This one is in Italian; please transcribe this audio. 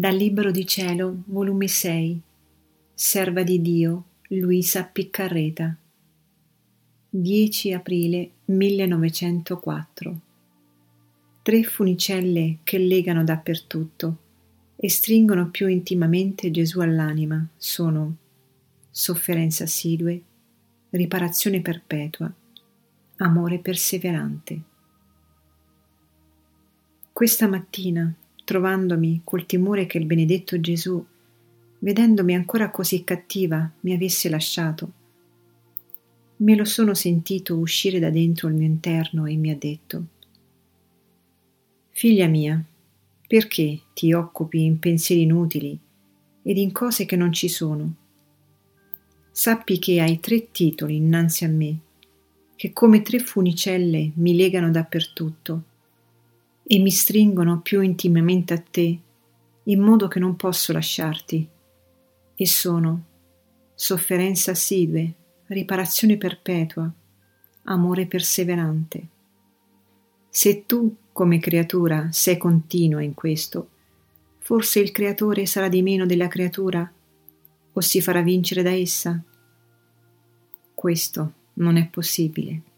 Dal Libro di Cielo, volume 6, Serva di Dio, Luisa Piccarreta, 10 aprile 1904. 3 funicelle che legano dappertutto e stringono più intimamente Gesù all'anima sono sofferenza assidue, riparazione perpetua, amore perseverante. Questa mattina, trovandomi col timore che il benedetto Gesù, vedendomi ancora così cattiva, mi avesse lasciato, me lo sono sentito uscire da dentro il mio interno e mi ha detto: «Figlia mia, perché ti occupi in pensieri inutili ed in cose che non ci sono? Sappi che hai 3 titoli innanzi a me, che come 3 funicelle mi legano dappertutto e mi stringono più intimamente a te, in modo che non posso lasciarti, e sono sofferenza assidue, riparazione perpetua, amore perseverante. Se tu, come creatura, sei continua in questo, forse il creatore sarà di meno della creatura o si farà vincere da essa? Questo non è possibile.